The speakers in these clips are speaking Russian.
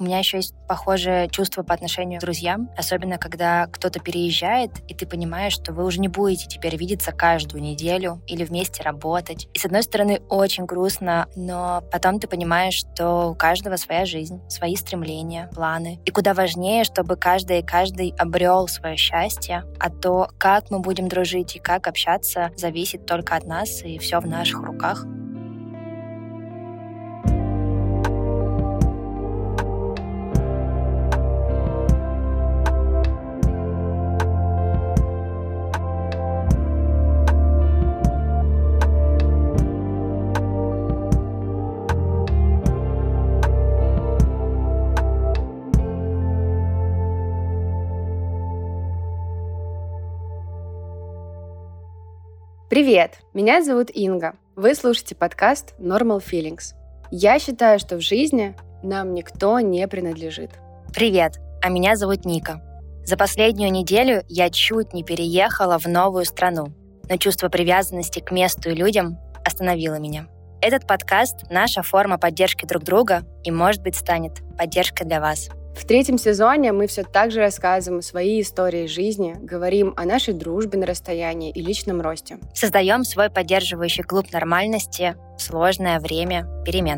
У меня еще есть похожее чувство по отношению к друзьям, особенно когда кто-то переезжает, и ты понимаешь, что вы уже не будете теперь видеться каждую неделю или вместе работать. И с одной стороны, очень грустно, но потом ты понимаешь, что у каждого своя жизнь, свои стремления, планы. И куда важнее, чтобы каждый обрел свое счастье, а то, как мы будем дружить и как общаться, зависит только от нас, и все в наших руках. Привет! Меня зовут Инга. Вы слушаете подкаст Normal Feelings. Я считаю, что в жизни нам никто не принадлежит. Привет! А меня зовут Ника. За последнюю неделю я чуть не переехала в новую страну, но чувство привязанности к месту и людям остановило меня. Этот подкаст — наша форма поддержки друг друга и, может быть, станет поддержкой для вас. В 3-м сезоне мы все так же рассказываем свои истории жизни, говорим о нашей дружбе на расстоянии и личном росте. Создаем свой поддерживающий клуб нормальности в сложное время перемен.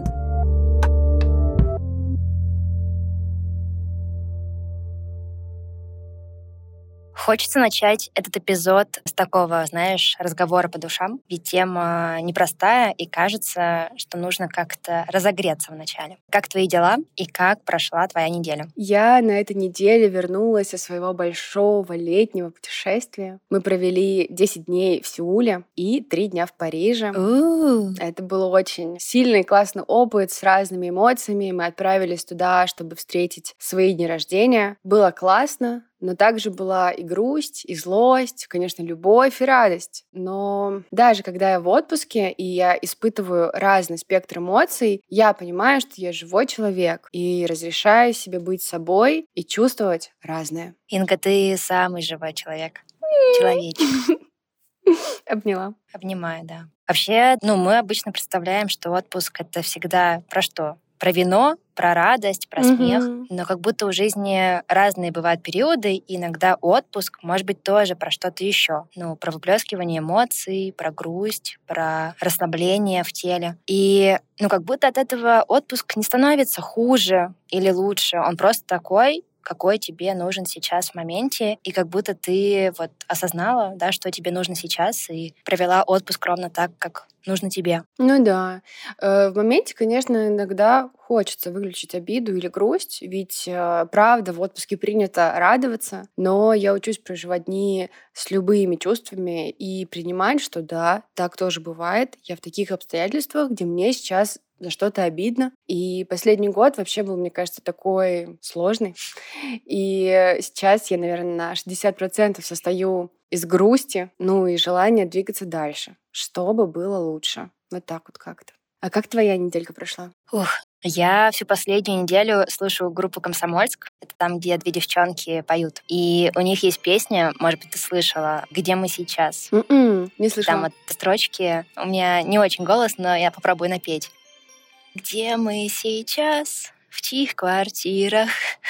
Хочется начать этот эпизод с такого, разговора по душам, ведь тема непростая, и кажется, что нужно как-то разогреться вначале. Как твои дела и как прошла твоя неделя? Я на этой неделе вернулась со своего большого летнего путешествия. Мы провели 10 дней в Сеуле и 3 дня в Париже. Это был очень сильный, классный опыт с разными эмоциями. Мы отправились туда, чтобы встретить свои дни рождения. Было классно. Но также была и грусть, и злость, конечно, любовь и радость. Но даже когда я в отпуске, и я испытываю разный спектр эмоций, я понимаю, что я живой человек, и разрешаю себе быть собой и чувствовать разное. Инга, ты самый живой человек. Человечек. Обняла. Обнимаю, да. Вообще, мы обычно представляем, что отпуск — это всегда про что? Про вино, про радость, про смех. Но как будто у жизни разные бывают периоды, и иногда отпуск может быть тоже про что-то еще. Про выплескивание эмоций, про грусть, про расслабление в теле. И как будто от этого отпуск не становится хуже или лучше. Он просто такой, какой тебе нужен сейчас в моменте, и как будто ты осознала, да, что тебе нужно сейчас, и провела отпуск ровно так, как нужно тебе. Ну да. В моменте, конечно, иногда хочется выключить обиду или грусть, ведь, правда, в отпуске принято радоваться, но я учусь проживать дни с любыми чувствами и принимать, что да, так тоже бывает. Я в таких обстоятельствах, где мне сейчас за что-то обидно. И последний год вообще был, мне кажется, такой сложный. И сейчас я, наверное, на 60% состою из грусти, и желания двигаться дальше, чтобы было лучше. Вот так вот как-то. А как твоя неделька прошла? Я всю последнюю неделю слушаю группу «Комсомольск». Это там, где 2 девчонки поют. И у них есть песня, может быть, ты слышала, «Где мы сейчас?». Не слышала. Там строчки. У меня не очень голос, но я попробую напеть. Где мы сейчас? В чьих квартирах?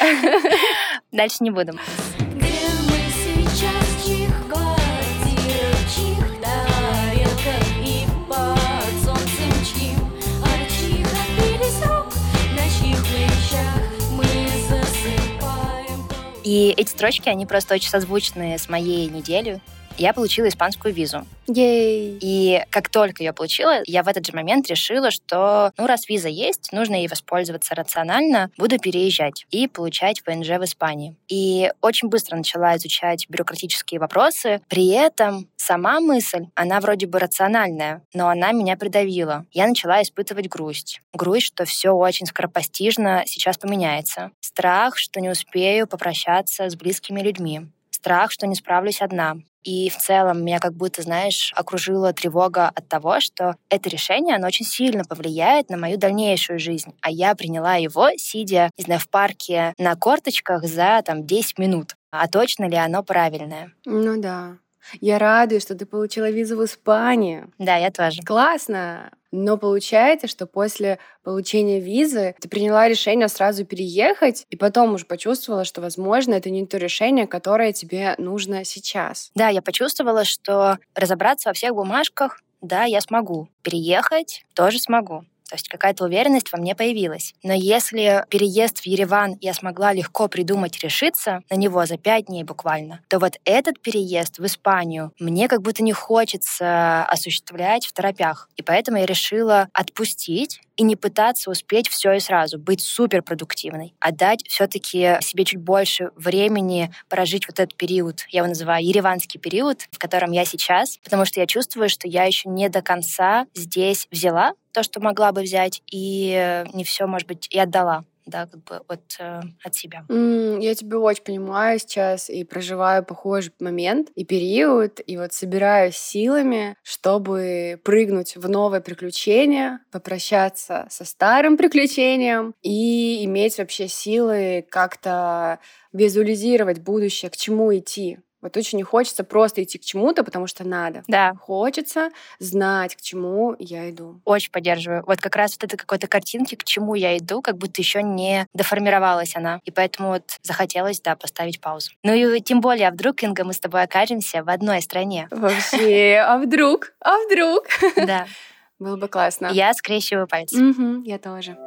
Дальше не буду. Где мы сейчас? В чьих квартирах? В чьих тарелках и под солнцем чьим? От чьих отбились рук? На чьих плечах мы засыпаем? И эти строчки, они просто очень созвучны с моей неделей. Я получила испанскую визу. Ей! И как только ее получила, я в этот же момент решила, что, раз виза есть, нужно ей воспользоваться рационально, буду переезжать и получать ВНЖ в Испании. И очень быстро начала изучать бюрократические вопросы. При этом сама мысль, она вроде бы рациональная, но она меня придавила. Я начала испытывать грусть. Грусть, что все очень скоропостижно сейчас поменяется. Страх, что не успею попрощаться с близкими людьми. Страх, что не справлюсь одна. И в целом меня как будто, окружила тревога от того, что это решение, оно очень сильно повлияет на мою дальнейшую жизнь. А я приняла его, сидя, в парке на корточках за 10 минут. А точно ли оно правильное? Ну да. Я радуюсь, что ты получила визу в Испанию. Да, я тоже. Классно! Но получается, что после получения визы ты приняла решение сразу переехать, и потом уже почувствовала, что, возможно, это не то решение, которое тебе нужно сейчас. Да, я почувствовала, что разобраться во всех бумажках, да, я смогу. Переехать тоже смогу. То есть какая-то уверенность во мне появилась. Но если переезд в Ереван я смогла легко придумать, решиться на него за 5 дней буквально, то вот этот переезд в Испанию мне как будто не хочется осуществлять в торопях. И поэтому я решила отпустить и не пытаться успеть все и сразу, быть суперпродуктивной, а дать все-таки себе чуть больше времени прожить вот этот период, я его называю ереванский период, в котором я сейчас, потому что я чувствую, что я еще не до конца здесь взяла то, что могла бы взять, и не все, может быть, и отдала. Да, как бы от себя. Я тебя очень понимаю сейчас и проживаю похожий момент и период, и вот собираюсь силами, чтобы прыгнуть в новое приключение, попрощаться со старым приключением и иметь вообще силы как-то визуализировать будущее, к чему идти. Вот очень не хочется просто идти к чему-то, потому что надо. Да. Хочется знать, к чему я иду. Очень поддерживаю. Вот как раз вот этой какой-то картинки, к чему я иду, как будто еще не деформировалась она. И поэтому вот захотелось, да, поставить паузу. Ну и тем более, а вдруг, Инга, мы с тобой окажемся в одной стране? Вообще, а вдруг? А вдруг? Да. Было бы классно. Я скрещиваю пальцы. Я тоже.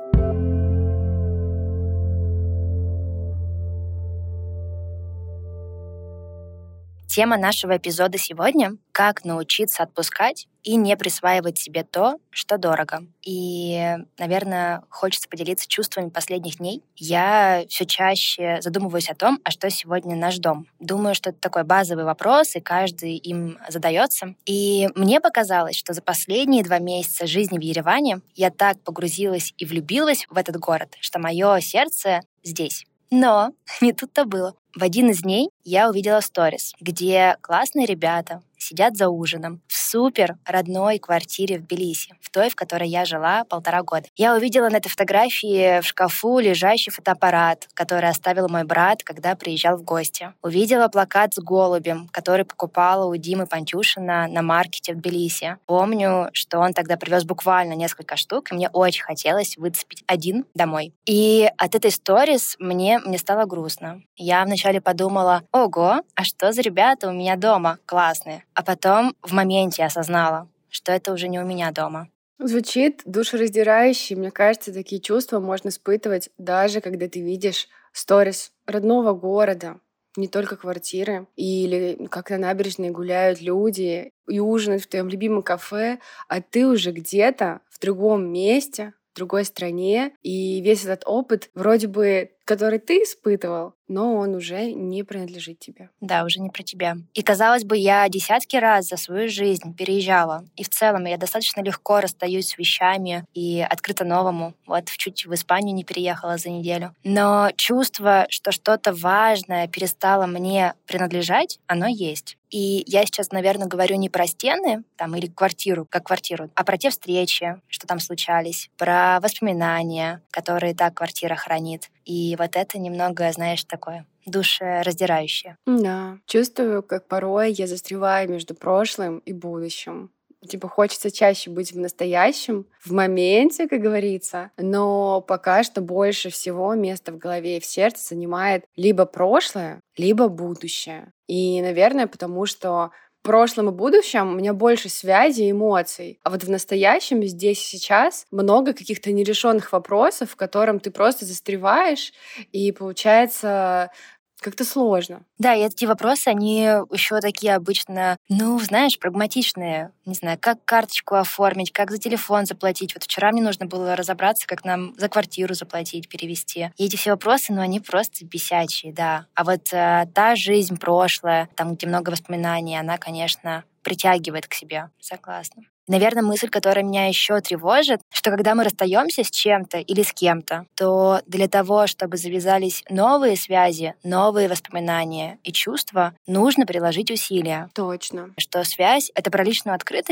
Тема нашего эпизода сегодня — как научиться отпускать и не присваивать себе то, что дорого. И, наверное, хочется поделиться чувствами последних дней. Я все чаще задумываюсь о том, а что сегодня наш дом. Думаю, что это такой базовый вопрос, и каждый им задается. И мне показалось, что за последние 2 месяца жизни в Ереване я так погрузилась и влюбилась в этот город, что мое сердце здесь. Но не тут-то было. В один из дней я увидела сторис, где классные ребята сидят за ужином в супер родной квартире в Тбилиси, в той, в которой я жила 1,5 года. Я увидела на этой фотографии в шкафу лежащий фотоаппарат, который оставил мой брат, когда приезжал в гости. Увидела плакат с голубем, который покупала у Димы Пантюшина на маркете в Тбилиси. Помню, что он тогда привез буквально несколько штук, и мне очень хотелось выцепить один домой. И от этой сторис мне стало грустно. Я вначале подумала: ого, а что за ребята у меня дома классные. А потом в моменте осознала, что это уже не у меня дома. Звучит душераздирающе. Мне кажется, такие чувства можно испытывать даже когда ты видишь сторис родного города, не только квартиры, или как на набережной гуляют люди и ужинают в твоем любимом кафе, а ты уже где-то в другом месте, в другой стране, и весь этот опыт, вроде бы, который ты испытывал, но он уже не принадлежит тебе. Да, уже не про тебя. И, казалось бы, я десятки раз за свою жизнь переезжала. И в целом я достаточно легко расстаюсь с вещами и открыта новому. Вот чуть в Испанию не переехала за неделю. Но чувство, что что-то важное перестало мне принадлежать, оно есть. И я сейчас, наверное, говорю не про стены там, или квартиру, как квартиру, а про те встречи, что там случались, про воспоминания, которые та квартира хранит. И вот это немного, знаешь, такое душераздирающее. Да, чувствую, как порой я застреваю между прошлым и будущим. Типа хочется чаще быть в настоящем, в моменте, как говорится, но пока что больше всего места в голове и в сердце занимает либо прошлое, либо будущее. И, наверное, потому что в прошлом и будущем у меня больше связи и эмоций. А вот в настоящем, здесь и сейчас, много каких-то нерешенных вопросов, в котором ты просто застреваешь, и получается как-то сложно. Да, и эти вопросы, они еще такие обычно, знаешь, прагматичные. Не знаю, как карточку оформить, как за телефон заплатить. Вот вчера мне нужно было разобраться, как нам за квартиру заплатить, перевести. И эти все вопросы, они просто бесячие, да. А вот та жизнь прошлая, там, где много воспоминаний, она, конечно, притягивает к себе. Согласна. Наверное, мысль, которая меня еще тревожит, что когда мы расстаемся с чем-то или с кем-то, то для того, чтобы завязались новые связи, новые воспоминания и чувства, нужно приложить усилия. Точно. Что связь — это про личную открытость,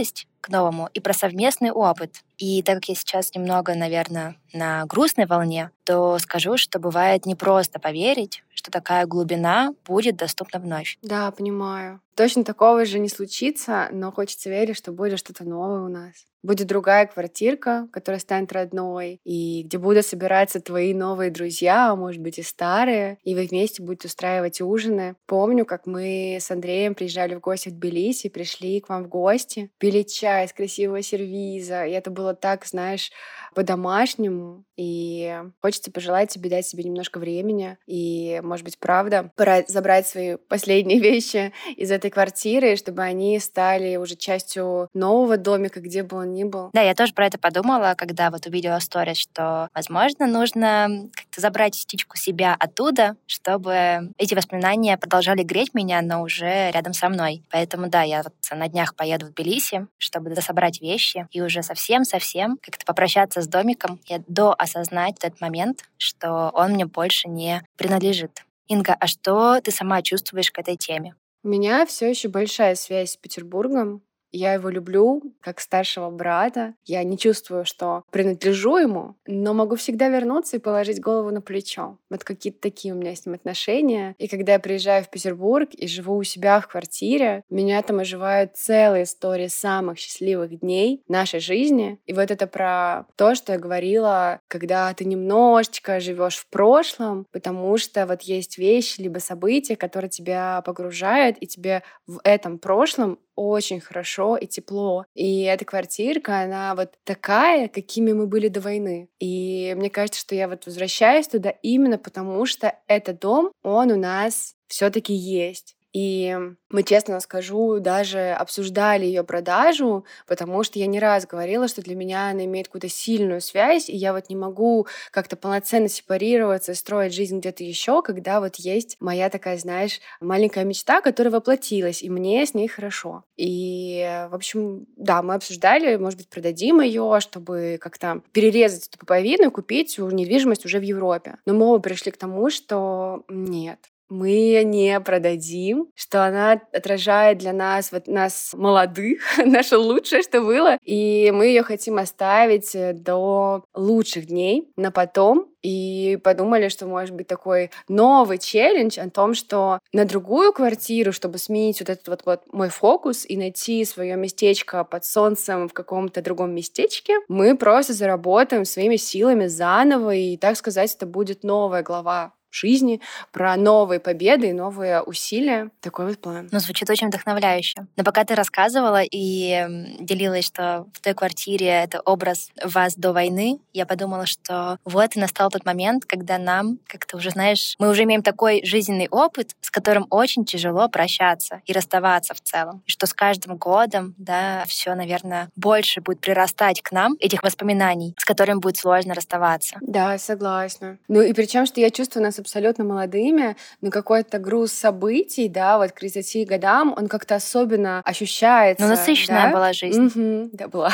к новому и про совместный опыт. И так как я сейчас немного, наверное, на грустной волне, то скажу, что бывает непросто поверить, что такая глубина будет доступна вновь. Да, понимаю. Точно такого же не случится, но хочется верить, что будет что-то новое у нас. Будет другая квартирка, которая станет родной, и где будут собираться твои новые друзья, а может быть и старые, и вы вместе будете устраивать ужины. Помню, как мы с Андреем приезжали в гости в Тбилиси, пришли к вам в гости, пили чай из красивого сервиза, и это было так, знаешь, по-домашнему, и хочется пожелать тебе, дать себе немножко времени, и, может быть, правда, пора забрать свои последние вещи из этой квартиры, чтобы они стали уже частью нового домика, где бы он ни был. Да, я тоже про это подумала, когда вот увидела сторис, что, возможно, нужно как-то забрать частичку себя оттуда, чтобы эти воспоминания продолжали греть меня, но уже рядом со мной. Поэтому, да, я вот на днях поеду в Тбилиси, чтобы дособрать вещи и уже совсем-совсем как-то попрощаться с домиком и доосознать тот момент, что он мне больше не принадлежит. Инга, а что ты сама чувствуешь к этой теме? У меня все еще большая связь с Петербургом. Я его люблю как старшего брата. Я не чувствую, что принадлежу ему, но могу всегда вернуться и положить голову на плечо. Вот какие-то такие у меня с ним отношения. И когда я приезжаю в Петербург и живу у себя в квартире, меня там оживают целые истории самых счастливых дней нашей жизни. И вот это про то, что я говорила, когда ты немножечко живешь в прошлом, потому что вот есть вещи либо события, которые тебя погружают, и тебе в этом прошлом очень хорошо и тепло. И эта квартирка, она вот такая, какими мы были до войны. И мне кажется, что я вот возвращаюсь туда именно потому, что этот дом, он у нас все-таки есть. И мы, честно скажу, даже обсуждали ее продажу, потому что я не раз говорила, что для меня она имеет какую-то сильную связь, и я вот не могу как-то полноценно сепарироваться и строить жизнь где-то еще, когда вот есть моя такая, знаешь, маленькая мечта, которая воплотилась, и мне с ней хорошо. И, в общем, да, мы обсуждали, может быть, продадим ее, чтобы как-то перерезать эту пуповину и купить недвижимость уже в Европе. Но мы оба пришли к тому, что нет. Мы не продадим, что она отражает для нас, вот нас молодых, наше лучшее, что было, и мы ее хотим оставить до лучших дней на потом. И подумали, что может быть такой новый челлендж о том, что на другую квартиру, чтобы сменить вот этот вот мой фокус и найти свое местечко под солнцем в каком-то другом местечке, мы просто заработаем своими силами заново, и, так сказать, это будет новая глава жизни, про новые победы и новые усилия. Такой вот план. Ну, звучит очень вдохновляюще. Но пока ты рассказывала и делилась, что в той квартире это образ вас до войны, я подумала, что вот и настал тот момент, когда нам как-то уже, знаешь, мы уже имеем такой жизненный опыт, с которым очень тяжело прощаться и расставаться в целом. И что с каждым годом, да, все, наверное, больше будет прирастать к нам этих воспоминаний, с которыми будет сложно расставаться. Да, согласна. Ну и причем, что я чувствую нас абсолютно молодыми, но какой-то груз событий, да, вот к 30 годам, он как-то особенно ощущается. Ну, насыщенная да? была жизнь. Угу, да, была.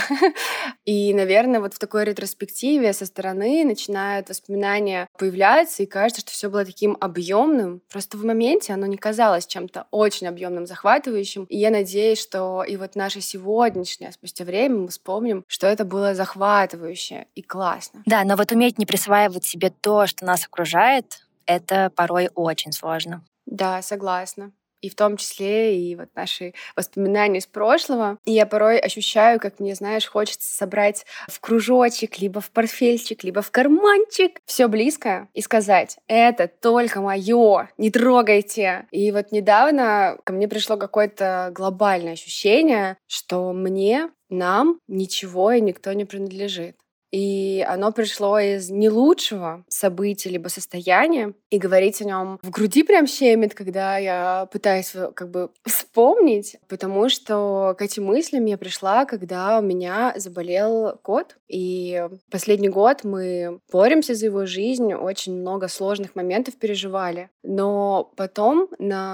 И, наверное, вот в такой ретроспективе со стороны начинают воспоминания появляться, и кажется, что все было таким объемным. Просто в моменте оно не казалось чем-то очень объемным, захватывающим. И я надеюсь, что и вот наше сегодняшнее, спустя время, мы вспомним, что это было захватывающе и классно. Да, но вот уметь не присваивать себе то, что нас окружает, это порой очень сложно. Да, согласна. И в том числе и вот наши воспоминания из прошлого. И я порой ощущаю, как мне, знаешь, хочется собрать в кружочек, либо в портфельчик, либо в карманчик все близкое и сказать: это только мое, не трогайте. И вот недавно ко мне пришло какое-то глобальное ощущение, что мне, нам ничего и никто не принадлежит. И оно пришло из не лучшего события либо состояния, и говорить о нем в груди прям щемит, когда я пытаюсь как бы вспомнить, потому что к этим мыслям я пришла, когда у меня заболел кот. И последний год мы боремся за его жизнь, очень много сложных моментов переживали. Но потом на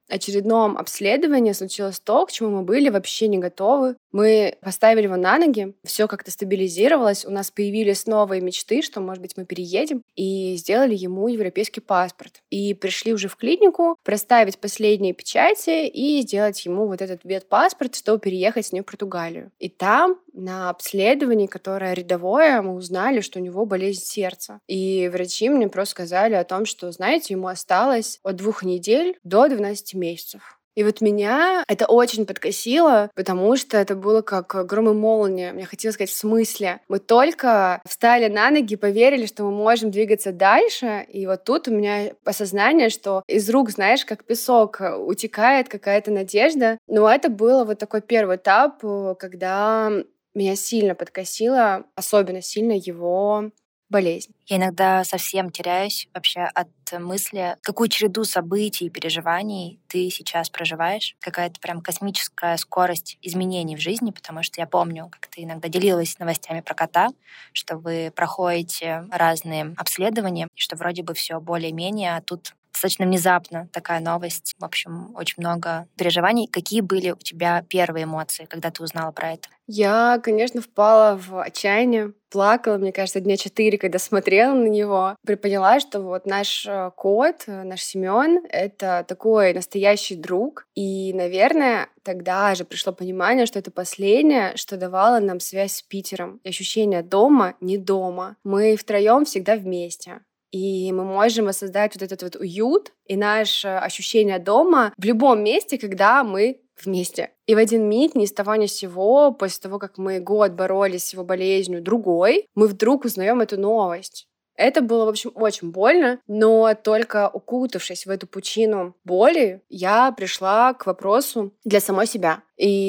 очередном обследовании случилось то, к чему мы были вообще не готовы. Мы поставили его на ноги, все как-то стабилизировалось, у нас появились новые мечты, что, может быть, мы переедем, и сделали ему европейский паспорт. И пришли уже в клинику проставить последние печати и сделать ему вот этот ветпаспорт, чтобы переехать с ним в Португалию. И там, на обследовании, которое рядовое, мы узнали, что у него болезнь сердца. И врачи мне просто сказали о том, что, знаете, ему осталось от 2 недель до 12 месяцев. И вот меня это очень подкосило, потому что это было как гром и молния. Мне хотелось сказать, в смысле? Мы только встали на ноги, поверили, что мы можем двигаться дальше, и вот тут у меня осознание, что из рук, знаешь, как песок утекает какая-то надежда. Но это был вот такой первый этап, когда меня сильно подкосило, особенно сильно его болезнь. Я иногда совсем теряюсь вообще от мысли, какую череду событий и переживаний ты сейчас проживаешь. Какая-то прям космическая скорость изменений в жизни, потому что я помню, как ты иногда делилась новостями про кота, что вы проходите разные обследования, и что вроде бы все более-менее, а тут достаточно внезапно такая новость. В общем, очень много переживаний. Какие были у тебя первые эмоции, когда ты узнала про это? Я, конечно, впала в отчаяние, плакала, мне кажется, дня 4, когда смотрела на него. Поняла, что вот наш кот, наш Семён, это такой настоящий друг. И, наверное, тогда же пришло понимание, что это последнее, что давало нам связь с Питером. И ощущение дома, не дома. Мы втроем всегда вместе. И мы можем воссоздать вот этот вот уют и наше ощущение дома в любом месте, когда мы вместе. И в один миг, ни с того ни с сего, после того, как мы год боролись с его болезнью другой, мы вдруг узнаем эту новость. Это было, в общем, очень больно, но только укутавшись в эту пучину боли, я пришла к вопросу для самой себя.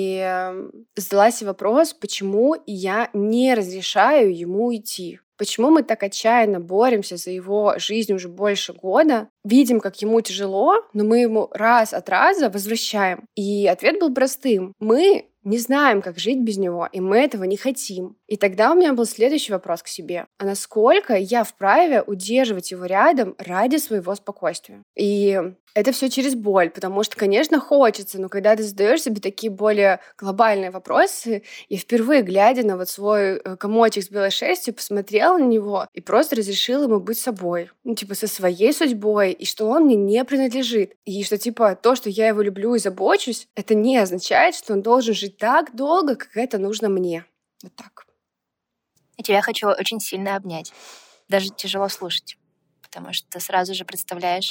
И задала себе вопрос, почему я не разрешаю ему уйти. Почему мы так отчаянно боремся за его жизнь уже больше года, видим, как ему тяжело, но мы ему раз от раза возвращаем. И ответ был простым. Мы не знаем, как жить без него, и мы этого не хотим. И тогда у меня был следующий вопрос к себе. А насколько я вправе удерживать его рядом ради своего спокойствия? И это все через боль, потому что, конечно, хочется, но когда ты задаешь себе такие более глобальные вопросы, я впервые, глядя на вот свой комочек с белой шерстью, посмотрела на него и просто разрешила ему быть собой. Ну, типа, со своей судьбой, и что он мне не принадлежит. И что, типа, то, что я его люблю и забочусь, это не означает, что он должен жить так долго, как это нужно мне. Вот так. И тебя хочу очень сильно обнять. Даже тяжело слушать, потому что ты сразу же представляешь.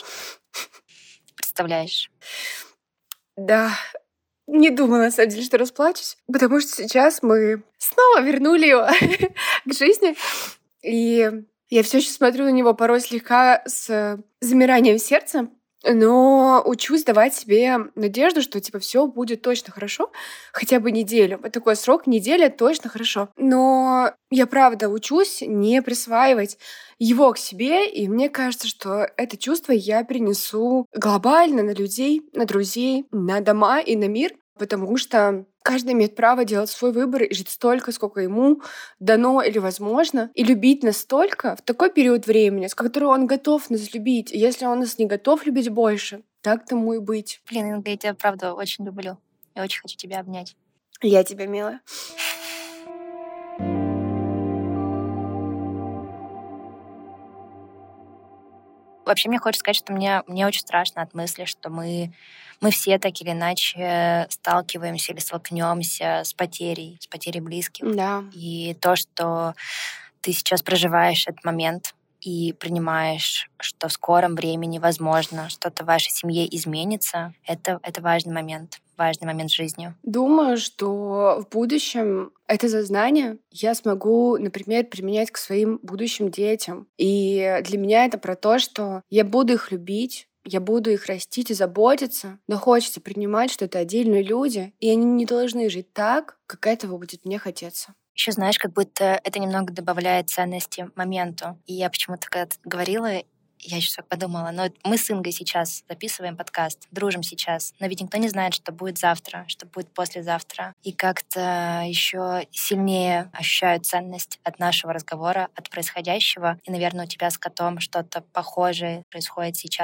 Да, не думала, на самом деле, что расплачусь, потому что сейчас мы снова вернули его к жизни. И я все еще смотрю на него порой слегка с замиранием сердца, но учусь давать себе надежду, что типа все будет точно хорошо, хотя бы неделю. Вот такой срок, неделя точно хорошо. Но я правда учусь не присваивать его к себе, и мне кажется, что это чувство я перенесу глобально на людей, на друзей, на дома и на мир, потому что каждый имеет право делать свой выбор и жить столько, сколько ему дано или возможно, и любить настолько в такой период времени, с которого он готов нас любить. И если он нас не готов любить больше, так тому и быть. Блин, Инга, я тебя правда очень люблю. Я очень хочу тебя обнять. Я тебя, милая. Вообще, мне хочется сказать, что мне очень страшно от мысли, что мы все так или иначе сталкиваемся или столкнемся с потерей близких. Да. И то, что ты сейчас проживаешь этот момент и принимаешь, что в скором времени, возможно, что-то в вашей семье изменится, это важный момент жизни. Думаю, что в будущем это сознание я смогу, например, применять к своим будущим детям. И для меня это про то, что я буду их любить, я буду их растить и заботиться, но хочется принимать, что это отдельные люди, и они не должны жить так, как этого будет мне хотеться. Еще знаешь, как будто это немного добавляет ценности моменту. И я почему-то, когда ты говорила, я еще так подумала, но мы с Ингой сейчас записываем подкаст, дружим сейчас, но ведь никто не знает, что будет завтра, что будет послезавтра. И как-то еще сильнее ощущаю ценность от нашего разговора, от происходящего. И, наверное, у тебя с котом что-то похожее происходит сейчас.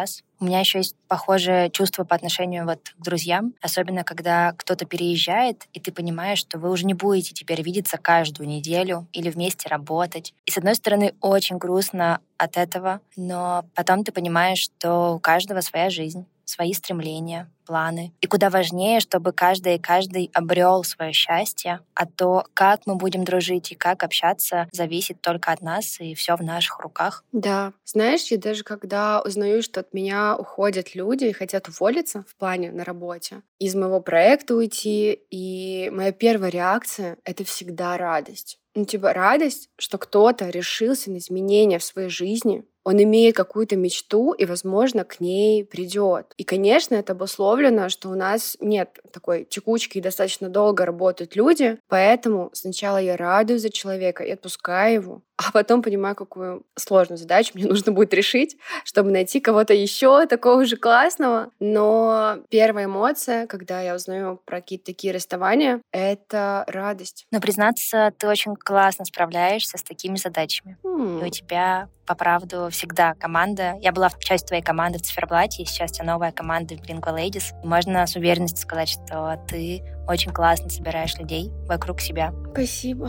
У меня еще есть похожее чувство по отношению вот к друзьям, особенно когда кто-то переезжает, и ты понимаешь, что вы уже не будете теперь видеться каждую неделю или вместе работать. И с одной стороны, очень грустно от этого, но потом ты понимаешь, что у каждого своя жизнь, свои стремления, планы. И куда важнее, чтобы каждый обрел свое счастье, а то, как мы будем дружить и как общаться, зависит только от нас, и все в наших руках. Да. Знаешь, я даже когда узнаю, что от меня уходят люди и хотят уволиться в плане на работе, из моего проекта уйти, и моя первая реакция — это всегда радость. Радость, что кто-то решился на изменения в своей жизни, он имеет какую-то мечту и, возможно, к ней придет. И, конечно, это обусловлено, что у нас нет такой текучки и достаточно долго работают люди, поэтому сначала я радуюсь за человека и отпускаю его, а потом понимаю, какую сложную задачу мне нужно будет решить, чтобы найти кого-то еще такого же классного. Но первая эмоция, когда я узнаю про какие-то такие расставания, это радость. Но, признаться, ты очень классно справляешься с такими задачами. И у тебя, по правду, всегда команда. Я была частью твоей команды в Циферблате, и сейчас у тебя новая команда в Bilingual Ladies. Можно с уверенностью сказать, что ты очень классно собираешь людей вокруг себя. Спасибо.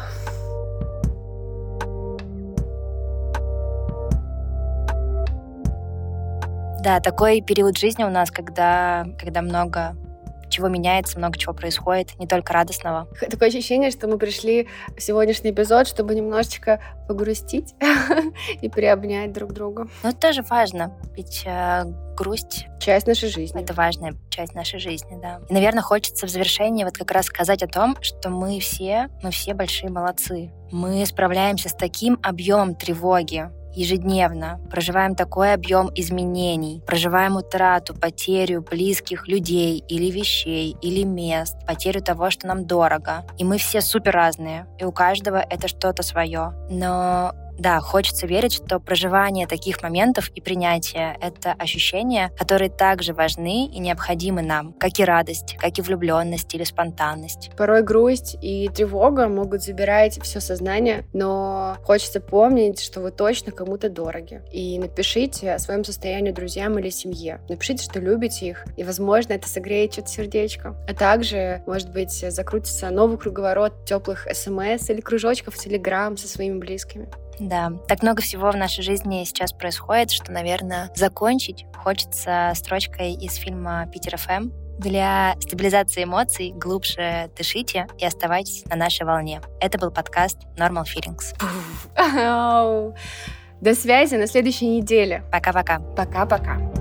Да, такой период жизни у нас, когда много чего меняется, много чего происходит, не только радостного. Такое ощущение, что мы пришли в сегодняшний эпизод, чтобы немножечко погрустить и приобнять друг друга. Но это тоже важно, ведь грусть — часть нашей жизни. Это важная часть нашей жизни, да. И, наверное, хочется в завершении вот как раз сказать о том, что мы все большие молодцы. Мы справляемся с таким объемом тревоги ежедневно, проживаем такой объем изменений, проживаем утрату, потерю близких людей или вещей, или мест, потерю того, что нам дорого. И мы все супер разные, и у каждого это что-то свое. Но да, хочется верить, что проживание таких моментов и принятие — это ощущения, которые также важны и необходимы нам, как и радость, как и влюбленность или спонтанность. Порой грусть и тревога могут забирать все сознание, но хочется помнить, что вы точно кому-то дороги. И напишите о своем состоянии друзьям или семье. Напишите, что любите их, и, возможно, это согреет чьё-то сердечко. А также, может быть, закрутится новый круговорот теплых СМС или кружочков в Телеграм со своими близкими. Да, так много всего в нашей жизни сейчас происходит, что, наверное, закончить хочется строчкой из фильма «Питер ФМ». Для стабилизации эмоций глубже дышите и оставайтесь на нашей волне. Это был подкаст Normal Feelings. До связи на следующей неделе. Пока-пока. Пока-пока.